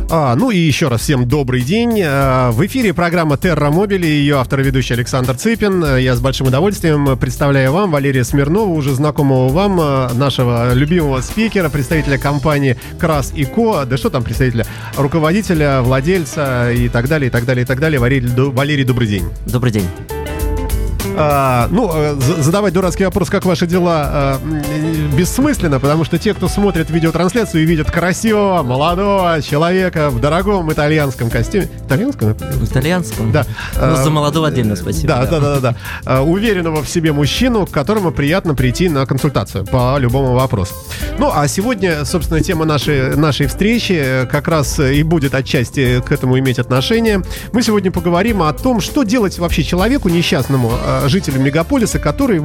Ну и еще раз всем добрый день. В эфире программа «Терра Мобили», ее автор и ведущий Александр Цыпин. Я с большим удовольствием представляю вам Валерия Смирнова, уже знакомого вам, нашего любимого спикера, представителя компании «Крас и Ко». Да что там представителя? Руководителя, владельца и так далее, и так далее, и так далее. Валерий, добрый день. Добрый день. Задавать дурацкий вопрос, как ваши дела, бессмысленно, потому что те, кто смотрит видеотрансляцию и видят красивого, молодого человека в дорогом итальянском костюме. Итальянском? Итальянском? Да. За молодого отдельно спасибо. Да. Уверенного в себе мужчину, к которому приятно прийти на консультацию по любому вопросу. А сегодня, собственно, тема нашей встречи как раз и будет отчасти к этому иметь отношение. Мы сегодня поговорим о том, что делать вообще человеку несчастному, жителю мегаполиса, который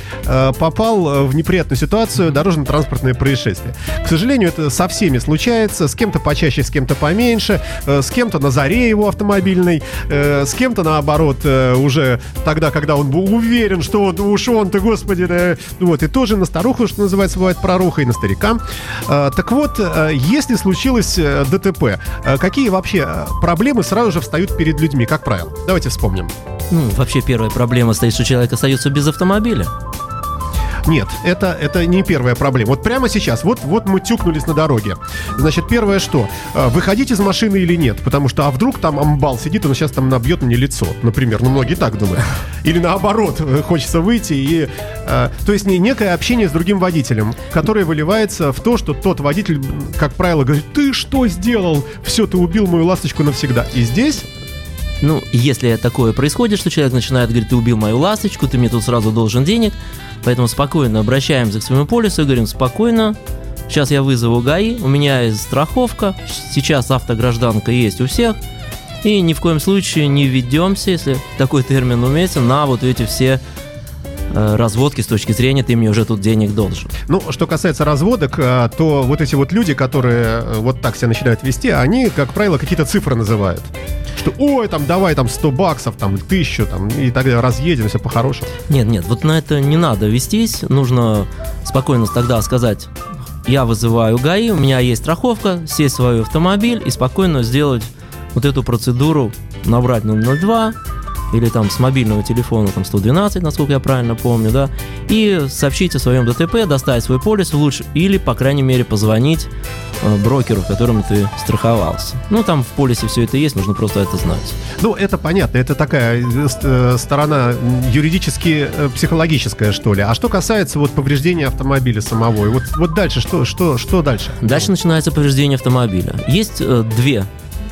попал в неприятную ситуацию, дорожно-транспортное происшествие. К сожалению, это со всеми случается, с кем-то почаще, с кем-то поменьше, с кем-то на заре его автомобильной, с кем-то, наоборот, уже тогда, когда он был уверен, что уж он-то, господи, и тоже на старуху, что называется, бывает проруха, и на старика. Так вот, если случилось ДТП, какие вообще проблемы сразу же встают перед людьми, как правило? Давайте вспомним. Вообще первая проблема стоит, что человек остается без автомобиля. Нет, это не первая проблема. Вот прямо сейчас, вот мы тюкнулись на дороге. Значит, первое что? Выходить из машины или нет? Потому что, вдруг там амбал сидит, он сейчас там набьет мне лицо, например. Многие так думают. Или наоборот, хочется выйти и... То есть некое общение с другим водителем, которое выливается в то, что тот водитель, как правило, говорит: ты что сделал? Все, ты убил мою ласточку навсегда. И здесь... если такое происходит, что человек начинает говорить: ты убил мою ласточку, ты мне тут сразу должен денег. Поэтому спокойно обращаемся к своему полису и говорим: спокойно, сейчас я вызову ГАИ, у меня есть страховка, сейчас автогражданка есть у всех, и ни в коем случае не ведемся, если такой термин уместен, на вот эти все разводки с точки зрения «ты мне уже тут денег должен». Что касается разводок, то вот эти вот люди, которые вот так себя начинают вести, они, как правило, какие-то цифры называют. Что, давай $100, $1000, и тогда разъедемся по-хорошему. Нет, вот на это не надо вестись, нужно спокойно тогда сказать: я вызываю ГАИ, у меня есть страховка, сесть в свой автомобиль и спокойно сделать вот эту процедуру, набрать 002, или с мобильного телефона 112, насколько я правильно помню, да, и сообщить о своем ДТП, доставить свой полис лучше, или, по крайней мере, позвонить брокеру, в котором ты страховался. Там в полисе все это есть, нужно просто это знать. Это понятно, это такая сторона юридически психологическая, что ли. А что касается повреждения автомобиля самого, и вот дальше, что дальше? Дальше начинается повреждение автомобиля. Есть две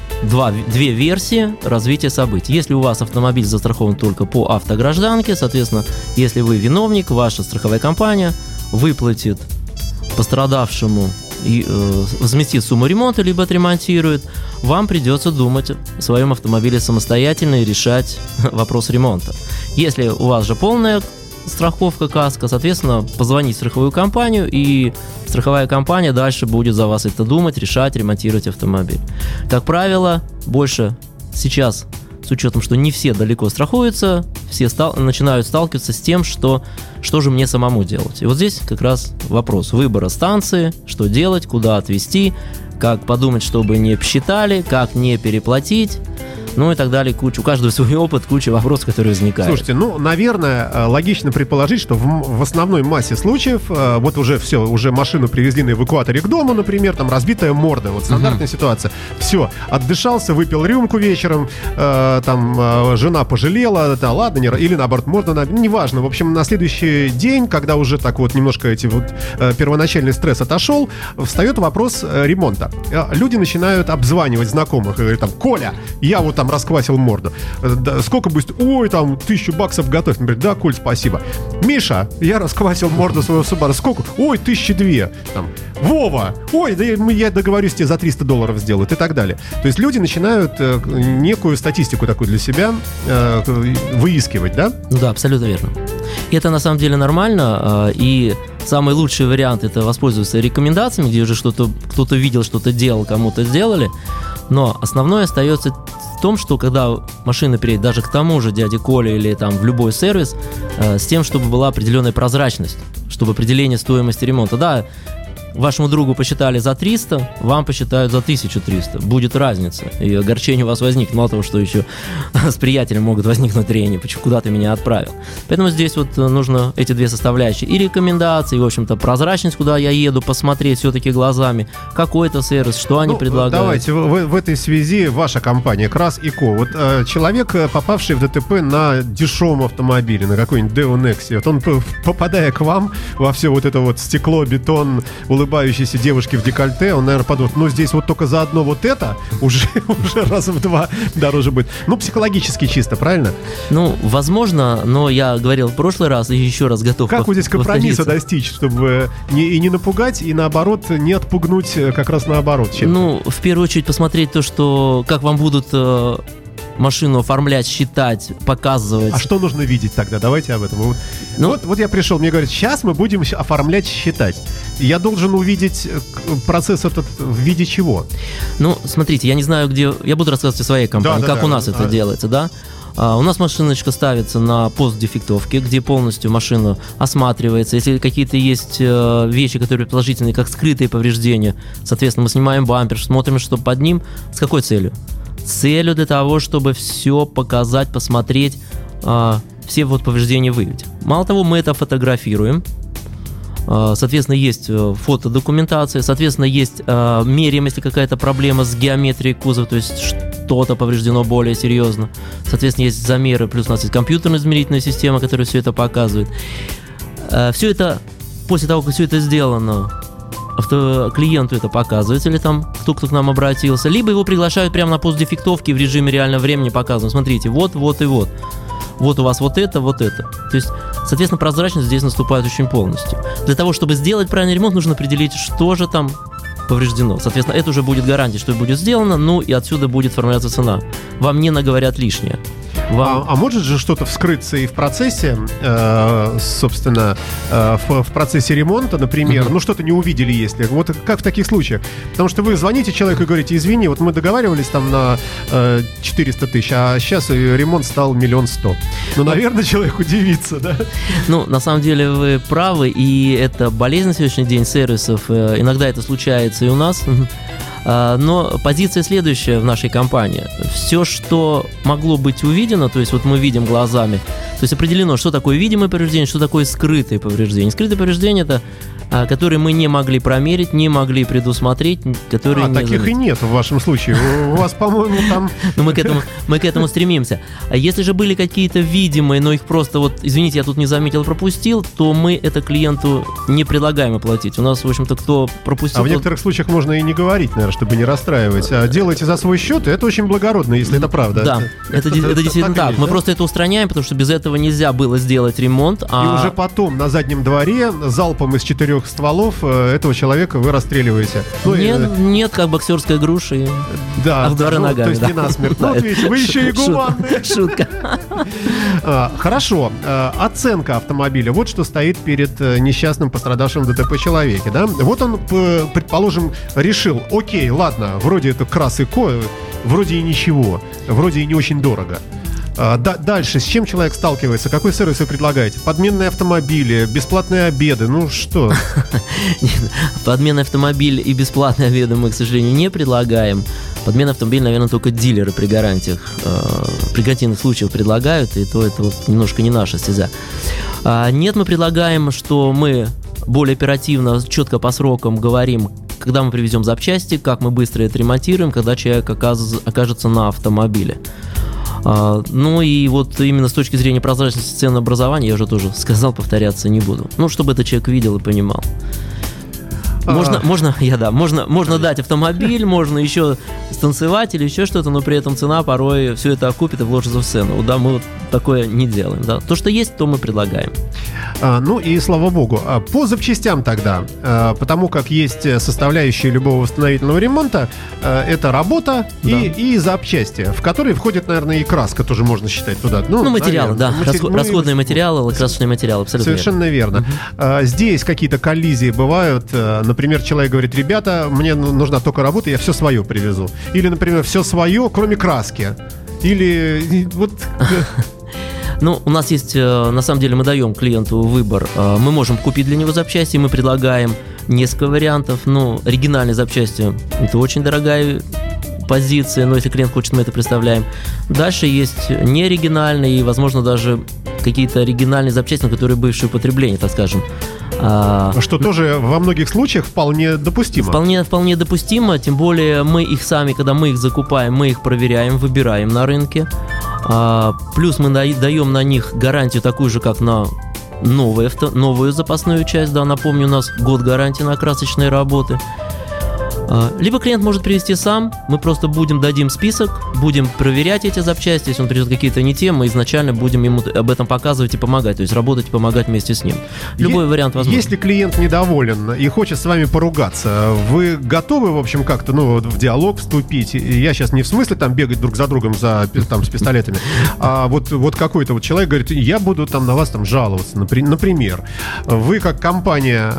версии развития событий. Если у вас автомобиль застрахован только по автогражданке, соответственно, если вы виновник, ваша страховая компания выплатит пострадавшему и возместит сумму ремонта, либо отремонтирует, вам придется думать о своем автомобиле самостоятельно и решать вопрос ремонта. Если у вас же полная страховка, каска, соответственно, позвонить в страховую компанию, и страховая компания дальше будет за вас это думать, решать, ремонтировать автомобиль. Как правило, больше сейчас, с учетом, что не все далеко страхуются, все начинают сталкиваться с тем, что же мне самому делать. И вот здесь как раз вопрос выбора станции, что делать, куда отвезти, как подумать, чтобы не посчитали, как не переплатить. И так далее, у каждого свой опыт, куча вопросов, которые возникают. Слушайте, наверное, логично предположить, что в основной массе случаев уже машину привезли на эвакуаторе к дому, например, разбитая морда, стандартная ситуация. Все, отдышался, выпил рюмку вечером, жена пожалела, ладно, или наоборот, морда, неважно. В общем, на следующий день, когда уже немножко первоначальный стресс отошел, встает вопрос ремонта. Люди начинают обзванивать знакомых и говорят: Коля, я расквасил морду. Сколько будет? $1000 готовь. Например: да, Коль, спасибо. Миша, я расквасил морду своего Subaru. Сколько? $1200. Вова, да я договорюсь, тебе за $300 сделают, и так далее. То есть люди начинают некую статистику такую для себя выискивать, да? Да, абсолютно верно. И это на самом деле нормально, и самый лучший вариант — это воспользоваться рекомендациями, где уже кто-то видел, что-то делал, кому-то сделали. Но основное остается в том, что когда машина приедет даже к тому же дяде Коле или в любой сервис, с тем, чтобы была определенная прозрачность, чтобы определение стоимости ремонта. Да, вашему другу посчитали за 300, вам посчитают за 1300. Будет разница. И огорчение у вас возникнет. Мало того, что еще с приятелем могут возникнуть трения. Почему, куда ты меня отправил? Поэтому здесь вот нужно эти две составляющие. И рекомендации, и, в общем-то, прозрачность, куда я еду, посмотреть все-таки глазами. Какой это сервис, что они предлагают. Давайте, в этой связи ваша компания Крас и Ко. Вот человек, попавший в ДТП на дешевом автомобиле, на какой-нибудь Deo Nexia, вот он, попадая к вам во все вот это вот стекло, бетон, улыбающиеся девушки в декольте, он, наверное, подумает, ну, здесь вот только за одно вот это уже раза в 2 дороже будет. Ну, психологически чисто, правильно? Ну, возможно, но я говорил в прошлый раз и еще раз готов Как вот здесь компромисса достичь, чтобы не напугать, и наоборот, не отпугнуть, как раз наоборот? Ну, в первую очередь посмотреть то, что как вам будут машину оформлять, считать, показывать. А что нужно видеть тогда? Давайте об этом. Вот я пришел, мне говорят, сейчас мы будем оформлять, считать. Я должен увидеть процесс этот в виде чего? Ну, смотрите, я не знаю, где... Я буду рассказывать о своей компании, как у нас это делается, да? У нас машиночка ставится на пост дефектовки, где полностью машина осматривается. Если какие-то есть вещи, которые предположительные, как скрытые повреждения, соответственно, мы снимаем бампер, смотрим, что под ним. С какой целью? Целью для того, чтобы все показать, посмотреть, все вот повреждения выявить. Мало того, мы это фотографируем. Соответственно, есть фотодокументация, соответственно, есть меряем, если какая-то проблема с геометрией кузова, то есть что-то повреждено более серьезно. Соответственно, есть замеры, плюс у нас есть компьютерная измерительная система, которая все это показывает. Все это, после того, как все это сделано, клиенту это показывается, или там кто к нам обратился, либо его приглашают прямо на пост дефектовки в режиме реального времени, показывают, смотрите, вот и вот. Вот у вас вот это. То есть, соответственно, прозрачность здесь наступает очень полностью. Для того, чтобы сделать правильный ремонт, нужно определить, что же там повреждено. Соответственно, это уже будет гарантия, что будет сделано, ну и отсюда будет формироваться цена. Вам не наговорят лишнее. А может же что-то вскрыться и в процессе, собственно, в процессе ремонта, например, ну что-то не увидели, если. Вот как в таких случаях? Потому что вы звоните человеку и говорите, извини, вот мы договаривались там на 400 тысяч, а сейчас ремонт стал 1 100 000. Ну, наверное, человек удивится, да? Ну, на самом деле вы правы, и это болезнь на сегодняшний день сервисов. Иногда это случается и у нас. Но позиция следующая в нашей компании. Все, что могло быть увидено, то есть вот мы видим глазами, то есть определено, что такое видимое повреждение, что такое скрытое повреждение. Скрытое повреждение – это которые мы не могли промерить, не могли предусмотреть, которые таких и нет в вашем случае. У вас, по-моему, там... Но мы к этому стремимся. А если же были какие-то видимые, но их просто вот, извините, я тут не заметил, пропустил, то мы это клиенту не предлагаем оплатить. У нас, в общем-то, кто пропустил... А в некоторых случаях можно и не говорить, наверное, чтобы не расстраивать. А делайте за свой счет, и это очень благородно, если это правда. Да, это действительно так. Мы просто это устраняем, потому что без этого нельзя было сделать ремонт. И уже потом на заднем дворе залпом из 4 стволов этого человека вы расстреливаете. Нет, как боксерская груша. Да, в дворы ногами. То есть не насмерть. Ну, видите, вы еще и гуманные. Шутка. Хорошо. Оценка автомобиля. Вот что стоит перед несчастным пострадавшим в ДТП человеке. Да? Вот он, предположим, решил, окей, ладно, вроде это Крас и Ко, вроде и ничего, вроде и не очень дорого. Дальше, с чем человек сталкивается? Какой сервис вы предлагаете? Подменные автомобили, бесплатные обеды, ну что? Подменный автомобиль и бесплатные обеды мы, к сожалению, не предлагаем. Подменный автомобиль, наверное, только дилеры при гарантиях, при гарантийных случаях предлагают, и то это вот немножко не наша стезя. Нет, мы предлагаем, что мы более оперативно, четко по срокам говорим, когда мы привезем запчасти, как мы быстро это ремонтируем, когда человек окажется на автомобиле. Ну и вот именно с точки зрения прозрачности ценообразования, я уже тоже сказал, повторяться не буду. Ну, чтобы это человек видел и понимал. Можно дать автомобиль, можно еще станцевать или еще что-то, но при этом цена порой все это окупит и вложится в цену. Да, мы вот такое не делаем. Да. То, что есть, то мы предлагаем. Ну и слава богу. По запчастям тогда, потому как есть составляющие любого восстановительного ремонта, это работа и запчасти, в которые входит, наверное, и краска тоже можно считать туда. Ну материалы, наверное. Да. Расходные материалы, красочные материалы, абсолютно совершенно верно. Здесь какие-то коллизии бывают. Например, человек говорит, ребята, мне нужна только работа, я все свое привезу. Или, например, все свое, кроме краски. Или вот... Ну, у нас есть, на самом деле, мы даем клиенту выбор. Мы можем купить для него запчасти, мы предлагаем несколько вариантов. Ну, оригинальные запчасти – это очень дорогая позиция, но если клиент хочет, мы это представляем. Дальше есть неоригинальные и, возможно, даже какие-то оригинальные запчасти, которые бывшие употребления, так скажем. Что тоже во многих случаях вполне допустимо. Вполне допустимо, тем более мы их сами, когда мы их закупаем, мы их проверяем, выбираем на рынке. Плюс мы даем на них гарантию такую же, как на новую запасную часть. Да, напомню, у нас год гарантии на красочные работы. Либо клиент может привезти сам, мы просто дадим список, будем проверять эти запчасти. Если он привезет какие-то не те, мы изначально будем ему об этом показывать и помогать, то есть работать и помогать вместе с ним. Любой вариант возможен. Если клиент недоволен и хочет с вами поругаться, вы готовы, в общем, как-то в диалог вступить? Я сейчас не в смысле там бегать друг за другом с пистолетами, а вот какой-то вот человек говорит, я буду там на вас там жаловаться, например. Вы как компания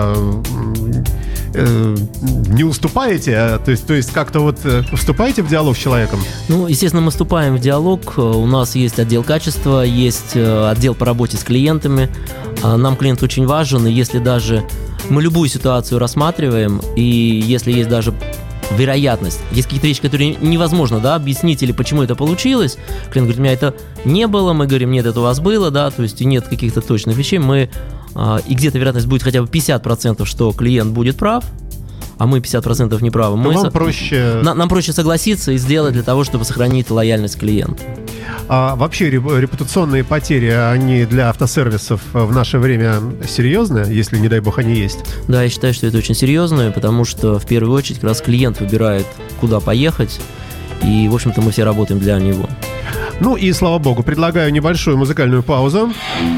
не уступаете, то есть как-то вот вступаете в диалог с человеком? Ну, естественно, мы вступаем в диалог. У нас есть отдел качества, есть отдел по работе с клиентами. Нам клиент очень важен, и если даже мы любую ситуацию рассматриваем, и если есть даже вероятность, есть какие-то вещи, которые невозможно, да, объяснить или почему это получилось, клиент говорит, у меня это не было, мы говорим, нет, это у вас было, да, то есть нет каких-то точных вещей, и где-то вероятность будет хотя бы 50%, что клиент будет прав, а мы 50% не правы. Нам проще согласиться и сделать для того, чтобы сохранить лояльность клиента. А вообще репутационные потери, они для автосервисов в наше время серьезны, если, не дай бог, они есть? Да, я считаю, что это очень серьезно, потому что в первую очередь как раз клиент выбирает, куда поехать, и, в общем-то, мы все работаем для него. Ну и, слава богу, предлагаю небольшую музыкальную паузу.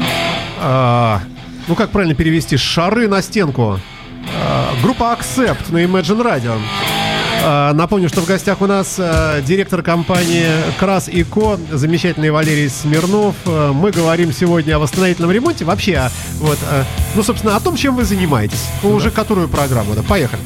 Как правильно перевести? Шары на стенку. Группа Accept на Imagine Radio. Напомню, что в гостях у нас директор компании Крас & Ко, замечательный Валерий Смирнов. Мы говорим сегодня о восстановительном ремонте. Вообще, собственно, о том, чем вы занимаетесь. Уже которую программу. Да, поехали.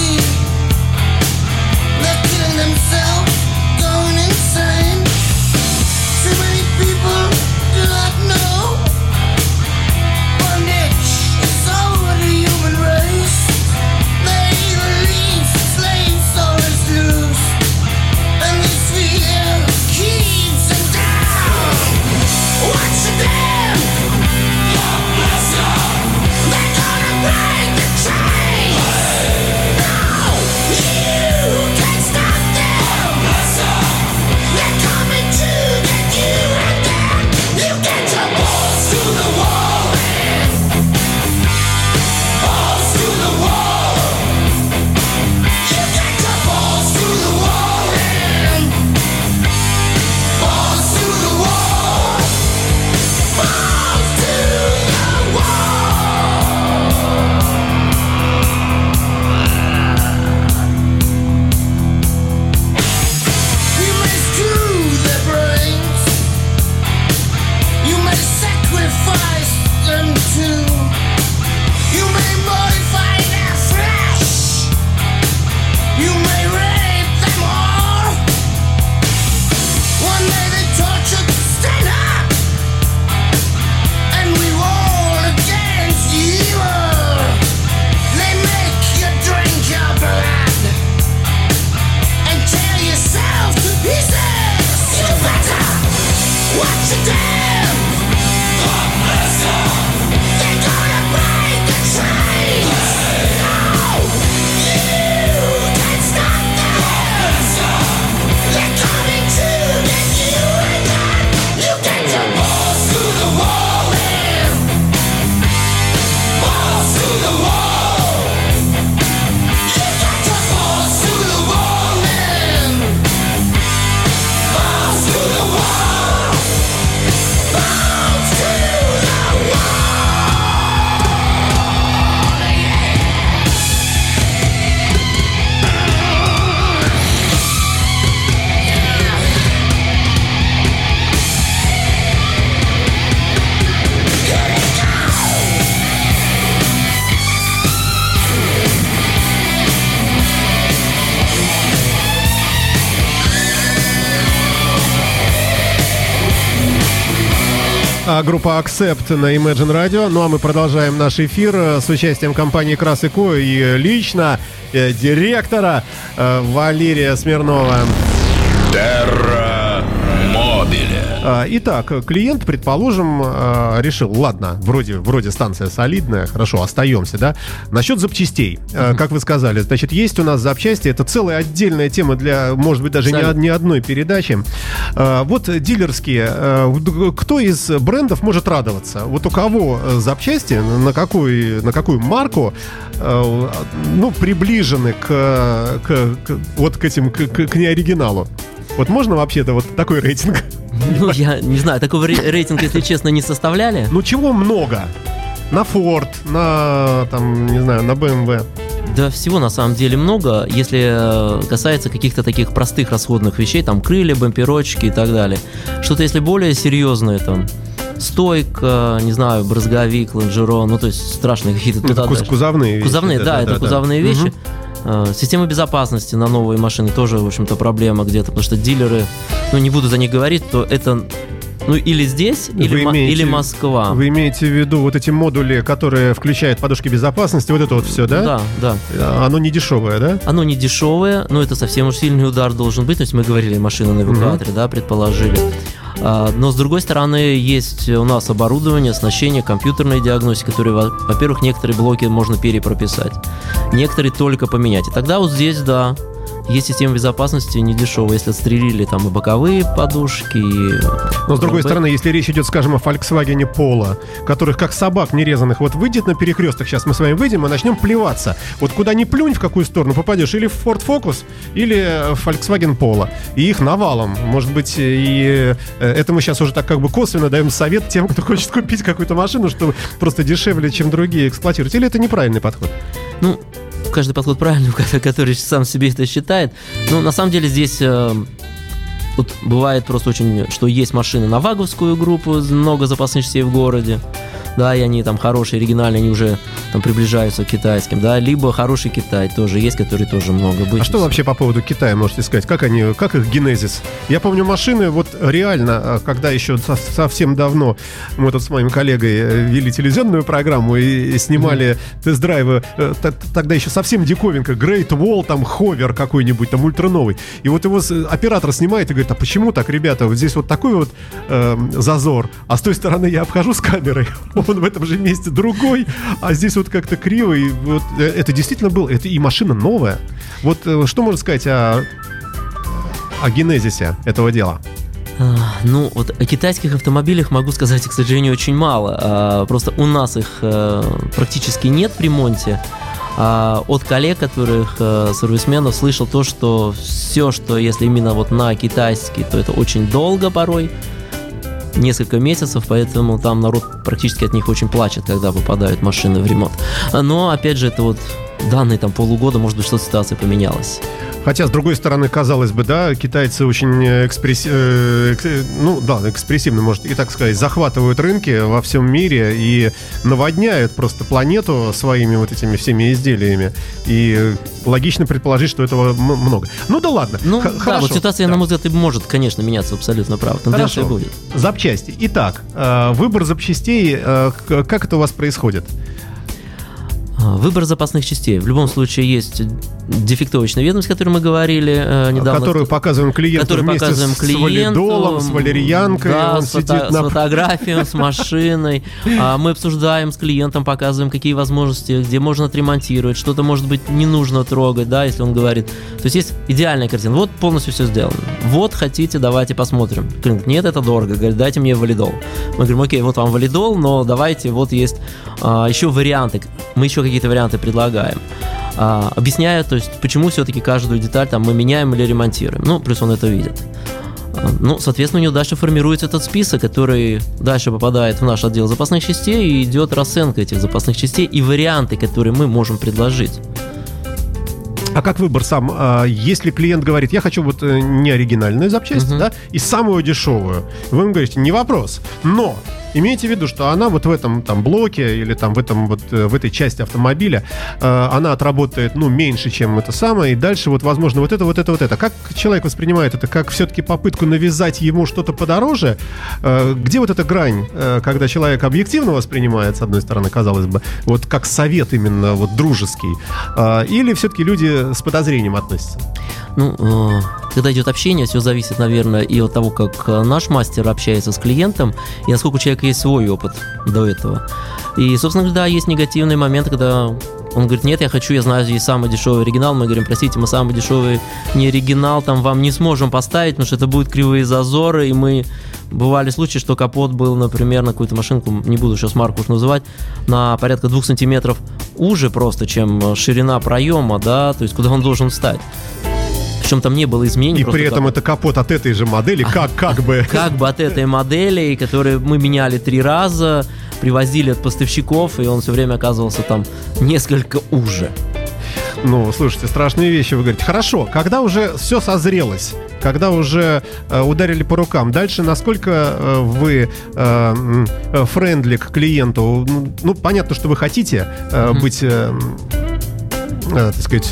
Themselves going insane. Группа Accept на Imagine Radio. Ну а мы продолжаем наш эфир с участием компании Крас & Ко и лично директора Валерия Смирнова. Терра Мобиле. Итак, клиент, предположим, решил, ладно, вроде станция солидная, хорошо, остаемся, да? Насчет запчастей, как вы сказали, значит, есть у нас запчасти, это целая отдельная тема для, может быть, даже не одной передачи. Вот дилерские, кто из брендов может радоваться? Вот у кого запчасти, на какую марку, ну, приближены к неоригиналу? Вот можно вообще-то вот такой рейтинг? Ну, я не знаю, такого рейтинга, если честно, не составляли. Ну, чего много? На Ford, на BMW. Да всего на самом деле много, если касается каких-то таких простых расходных вещей, там крылья, бамперочки и так далее. Что-то если более серьезное, там стойка, не знаю, брызговик, лонжерон, ну то есть страшные какие-то туда дальше. Кузовные вещи. Кузовные, да, это кузовные вещи. Угу. Система безопасности на новые машины тоже, в общем-то, проблема где-то, потому что дилеры, ну не буду за них говорить, то это, ну или здесь, или Москва. Вы имеете в виду вот эти модули, которые включают подушки безопасности, вот это вот все, да? Да. Оно не дешевое, да? Оно не дешевое, но это совсем уж сильный удар должен быть, то есть мы говорили, машина на эвакуаторе, да, предположили. Но, с другой стороны, есть у нас оборудование, оснащение, компьютерная диагностика, которые, во-первых, некоторые блоки можно перепрописать, некоторые только поменять. И тогда вот здесь, да, есть система безопасности недешевая, если отстрелили там и боковые подушки. Но с другой стороны, если речь идет, скажем, о Volkswagen Polo, которых как собак нерезанных, вот выйдет на перекресток, сейчас мы с вами выйдем и начнем плеваться. Вот куда ни плюнь, в какую сторону попадешь, или в Ford Focus, или в Volkswagen Polo. И их навалом. Может быть, и это мы сейчас уже так как бы косвенно даем совет тем, кто хочет купить какую-то машину, чтобы просто дешевле, чем другие, эксплуатировать. Или это неправильный подход? Ну, каждый подход правильный, который сам себе это считает. Но на самом деле здесь вот бывает просто очень, что есть машины на ваговскую группу, много запасных частей в городе, да, и они там хорошие, оригинальные, они уже там приближаются к китайским, да, либо хороший Китай тоже есть, который тоже много будет. А что вообще по поводу Китая можете сказать? Как их генезис? Я помню машины, вот реально, когда еще совсем давно мы тут с моим коллегой вели телевизионную программу и снимали тест-драйвы, тогда еще совсем диковинка, Great Wall, там, ховер какой-нибудь, там, ультрановый. И вот его оператор снимает и говорит, а почему так, ребята, вот здесь вот такой вот зазор, а с той стороны я обхожу с камерой, он в этом же месте другой, а здесь вот как-то криво. И вот это действительно было. Это и машина новая. Вот что можно сказать о генезисе этого дела? Ну, вот о китайских автомобилях могу сказать, к сожалению, очень мало. Просто у нас их практически нет в ремонте. От коллег, которых сервисменов, слышал то, что все, что если именно вот на китайский, то это очень долго порой. Несколько месяцев, поэтому там народ практически от них очень плачет, когда попадают машины в ремонт. Но, опять же, это вот данные там полугода, может быть, что-то ситуация поменялась. Хотя, с другой стороны, казалось бы, да, китайцы очень экспрессивно, может и так сказать, захватывают рынки во всем мире и наводняют просто планету своими вот этими всеми изделиями. И логично предположить, что этого много. Ну да ладно. Ну, хорошо. Да, вот ситуация, на мой взгляд, и может, конечно, меняться абсолютно прав. Тенденция будет. Запчасти. Итак, выбор запчастей, как это у вас происходит? Выбор запасных частей. В любом случае есть дефектовочная ведомость, о которой мы говорили недавно. Которую показываем клиенту вместе с валидолом, с валерьянкой. Да, он с фотографией, с машиной. Мы обсуждаем с клиентом, показываем, какие возможности, где можно отремонтировать, что-то, может быть, не нужно трогать, да, если он говорит. То есть есть идеальная картина. Вот полностью все сделано. Вот хотите, давайте посмотрим. Клиент: нет, это дорого. Говорит, дайте мне валидол. Мы говорим, окей, вот вам валидол, но давайте, вот есть еще варианты. Мы еще какие-то варианты предлагаем. Объясняя, то есть, почему все-таки каждую деталь там мы меняем или ремонтируем. Ну, плюс он это видит. Ну, соответственно, у него дальше формируется этот список, который дальше попадает в наш отдел запасных частей, и идет расценка этих запасных частей и варианты, которые мы можем предложить. А как выбор сам? Если клиент говорит, я хочу вот не оригинальную запчасть, да, и самую дешевую, вы ему говорите, не вопрос, но Имейте в виду, что она вот в этом там блоке или там в этой части автомобиля, она отработает, меньше, чем это самое, и дальше вот, возможно, вот это. Как человек воспринимает это? Как все-таки попытку навязать ему что-то подороже? Где вот эта грань, когда человек объективно воспринимает, с одной стороны, казалось бы, вот как совет именно вот дружеский, или все-таки люди с подозрением относятся? Когда идет общение, все зависит, наверное, и от того, как наш мастер общается с клиентом, и насколько у человека есть свой опыт до этого. И, собственно говоря, да, есть негативные моменты, когда он говорит: нет, я знаю, здесь самый дешевый оригинал. Мы говорим: простите, мы самый дешевый не оригинал, там вам не сможем поставить, потому что это будут кривые зазоры, и мы... Бывали случаи, что капот был, например, на какую-то машинку, не буду сейчас марку уж называть, на порядка 2 сантиметров уже просто, чем ширина проема, да, то есть куда он должен встать. Причем там не было изменений. И при этом это капот от этой же модели, как бы от этой модели, которые мы меняли 3 раза, привозили от поставщиков, и он все время оказывался там несколько уже. Слушайте, страшные вещи вы говорите. Хорошо, когда уже все созрелось, когда уже ударили по рукам, дальше насколько вы френдли к клиенту? Понятно, что вы хотите быть, так сказать...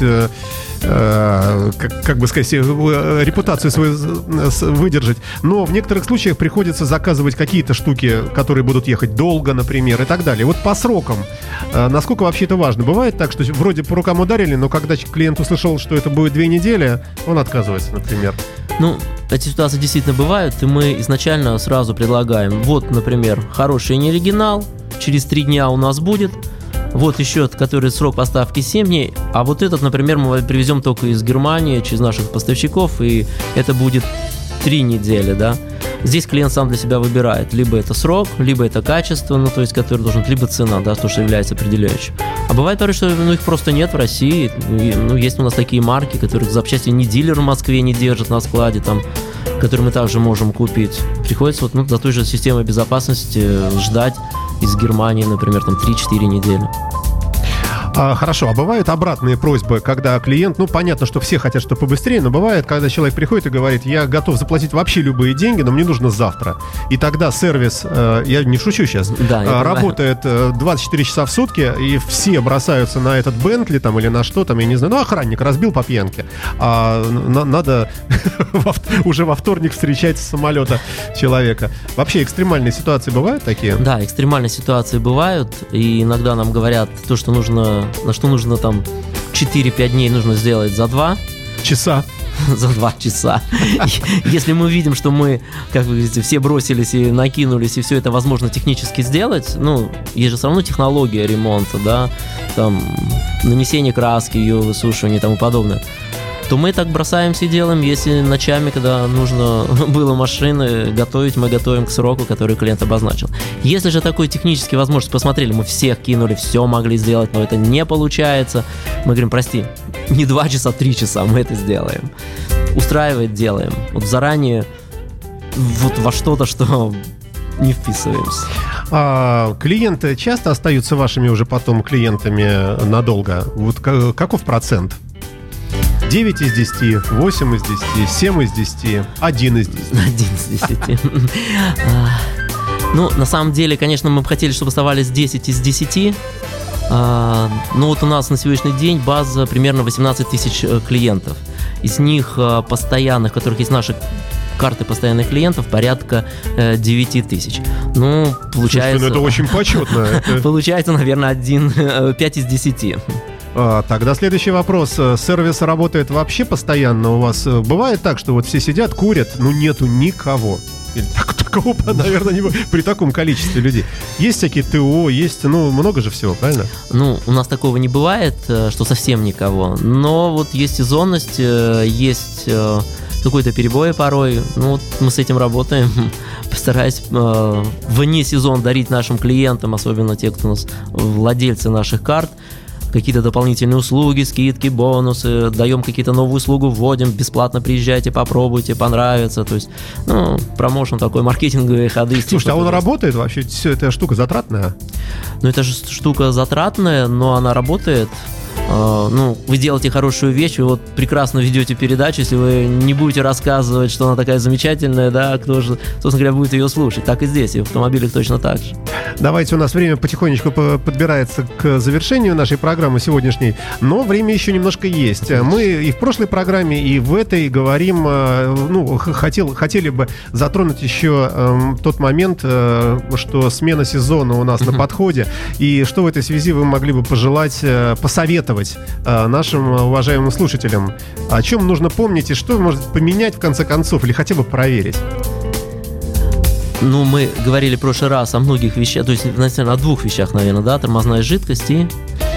как бы сказать, репутацию свою выдержать. Но в некоторых случаях приходится заказывать какие-то штуки, которые будут ехать долго, например, и так далее. Вот по срокам, насколько вообще это важно? Бывает так, что вроде по рукам ударили, но когда клиент услышал, что это будет 2 недели, он отказывается, например. Эти ситуации действительно бывают, и мы изначально сразу предлагаем: вот, например, хороший неоригинал, через 3 дня у нас будет. Вот еще, который срок поставки 7 дней, а вот этот, например, мы привезем только из Германии через наших поставщиков, и это будет 3 недели, да. Здесь клиент сам для себя выбирает: либо это срок, либо это качество, то есть который должен, либо цена, да, то, что является определяющим. А бывает порой, что их просто нет в России. Есть у нас такие марки, которые запчасти ни дилер в Москве не держит на складе, там, которые мы также можем купить. Приходится за той же системой безопасности ждать из Германии, например, там 3-4 недели. Хорошо, а бывают обратные просьбы, когда клиент, понятно, что все хотят, чтобы побыстрее, но бывает, когда человек приходит и говорит: я готов заплатить вообще любые деньги, но мне нужно завтра. И тогда сервис, я не шучу сейчас, работает 24 часа в сутки, и все бросаются на этот Бентли там или на что там, я не знаю, охранник разбил по пьянке, а надо уже во вторник встречать с самолета человека. Вообще экстремальные ситуации бывают такие? Да, экстремальные ситуации бывают, и иногда нам говорят на что нужно там 4-5 дней нужно сделать за 2 часа. За 2 часа. Если мы видим, что мы, как вы говорите, все бросились и накинулись, и все это возможно технически сделать, есть же все равно технология ремонта, да, там, нанесение краски, ее высушивание и тому подобное, то мы так бросаемся и делаем. Если ночами, когда нужно было машины готовить, мы готовим к сроку, который клиент обозначил. Если же такой технический возможность, посмотрели, мы всех кинули, все могли сделать, но это не получается, мы говорим: прости, не 2 часа, 3 часа, мы это сделаем. Устраивает, делаем. Вот заранее вот во что-то, что не вписываемся. Клиенты часто остаются вашими уже потом клиентами надолго? Вот каков процент? 9 из 10, 8 из 10, 7 из 10, 1 из 10. 1 из 10. На самом деле, конечно, мы бы хотели, чтобы оставались 10 из 10. Но вот у нас на сегодняшний день база примерно 18 тысяч клиентов. Из них постоянных, у которых есть наши карты постоянных клиентов, порядка 9 тысяч. Получается... Слушайте, это очень почетно. Получается, наверное, 5 из 10. Тогда следующий вопрос. Сервис работает вообще постоянно у вас? Бывает так, что вот все сидят, курят, нету никого? Такого, наверное, не будет при таком количестве людей. Есть всякие ТО, есть, много же всего, правильно? У нас такого не бывает, что совсем никого. Но вот есть сезонность, есть какой-то перебой порой. Мы с этим работаем. Постараюсь вне сезона дарить нашим клиентам, особенно те, кто у нас владельцы наших карт, какие-то дополнительные услуги, скидки, бонусы, даем какие-то новые услуги, вводим, бесплатно приезжайте, попробуйте, понравится. То есть, промоушен такой, маркетинговые ходы. Слушайте, а он работает вообще? Все, эта штука затратная? Это же штука затратная, но она работает. вы делаете хорошую вещь, вы вот прекрасно ведете передачу, если вы не будете рассказывать, что она такая замечательная, да, кто же, собственно говоря, будет ее слушать. Так и здесь, и в автомобилях точно так же. Давайте, у нас время потихонечку подбирается к завершению нашей программы сегодняшней, но время еще немножко есть. Мы и в прошлой программе, и в этой говорим, хотели бы затронуть еще тот момент, что смена сезона у нас на подходе, и что в этой связи вы могли бы пожелать, посоветовать нашим уважаемым слушателям, о чем нужно помнить и что может поменять в конце концов, или хотя бы проверить. Мы говорили в прошлый раз о многих вещах, то есть, наверное, о двух вещах, наверное, да, тормозная жидкость и...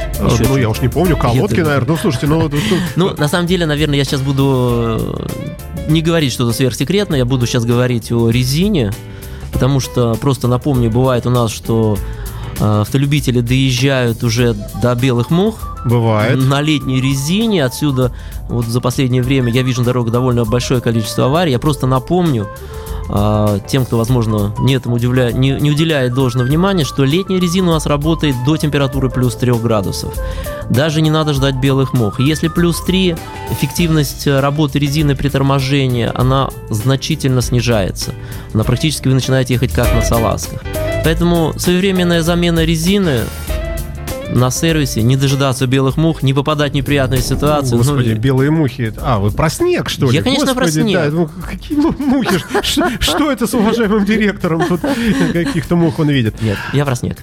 я уж не помню, колодки, наверное, слушайте, на самом деле, наверное, я сейчас буду не говорить что-то сверхсекретное, я буду сейчас говорить о резине, потому что, просто напомню, бывает у нас, что автолюбители доезжают уже до белых мух. Бывает. На летней резине. Отсюда вот за последнее время я вижу на дорогах довольно большое количество аварий. Я просто напомню тем, кто, возможно, не уделяет должного внимания, что летняя резина у нас работает до температуры плюс 3 градусов. Даже не надо ждать белых мух. Если плюс 3, эффективность работы резины при торможении, она значительно снижается. Практически вы начинаете ехать как на салазках. Поэтому своевременная замена резины на сервисе, не дожидаться белых мух, не попадать в неприятные ситуации. Господи, белые мухи. Вы про снег, что ли? Я, конечно, Господи, про снег. Да, какие мухи? Что это с уважаемым директором? Тут каких-то мух он видит. Нет, я про снег.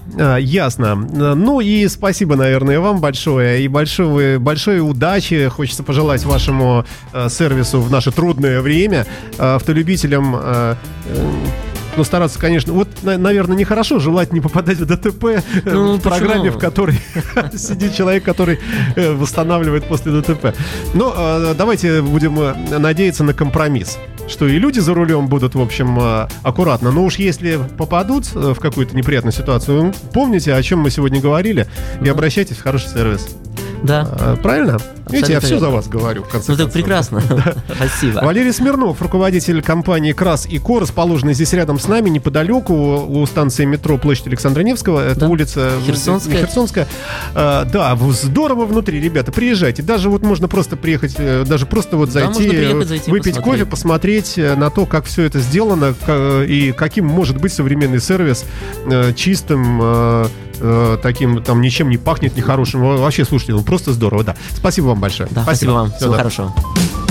Ясно. И спасибо, наверное, вам большое. И большой удачи хочется пожелать вашему сервису в наше трудное время. Автолюбителям... стараться, конечно, наверное, нехорошо желать не попадать в ДТП в программе, в которой сидит человек, который восстанавливает после ДТП. Но давайте будем надеяться на компромисс, что и люди за рулем будут, в общем, аккуратно. Но уж если попадут в какую-то неприятную ситуацию, помните, о чем мы сегодня говорили, и обращайтесь в хороший сервис. Да. Правильно? Видите, я все верно. за вас говорю, в конце концов. Так прекрасно. Спасибо. Валерий Смирнов, руководитель компании «Крас и Ко», расположенный здесь рядом с нами, неподалеку, у станции метро Площадь Александра Невского. Это улица Херсонская. Здорово внутри, ребята, приезжайте. Даже можно просто приехать, даже просто зайти, выпить кофе, посмотреть на то, как все это сделано, и каким может быть современный сервис, чистым, таким, там ничем не пахнет, нехорошим. Вообще, слушайте, просто здорово, да. Спасибо вам большое. Да, спасибо вам. Всего хорошего.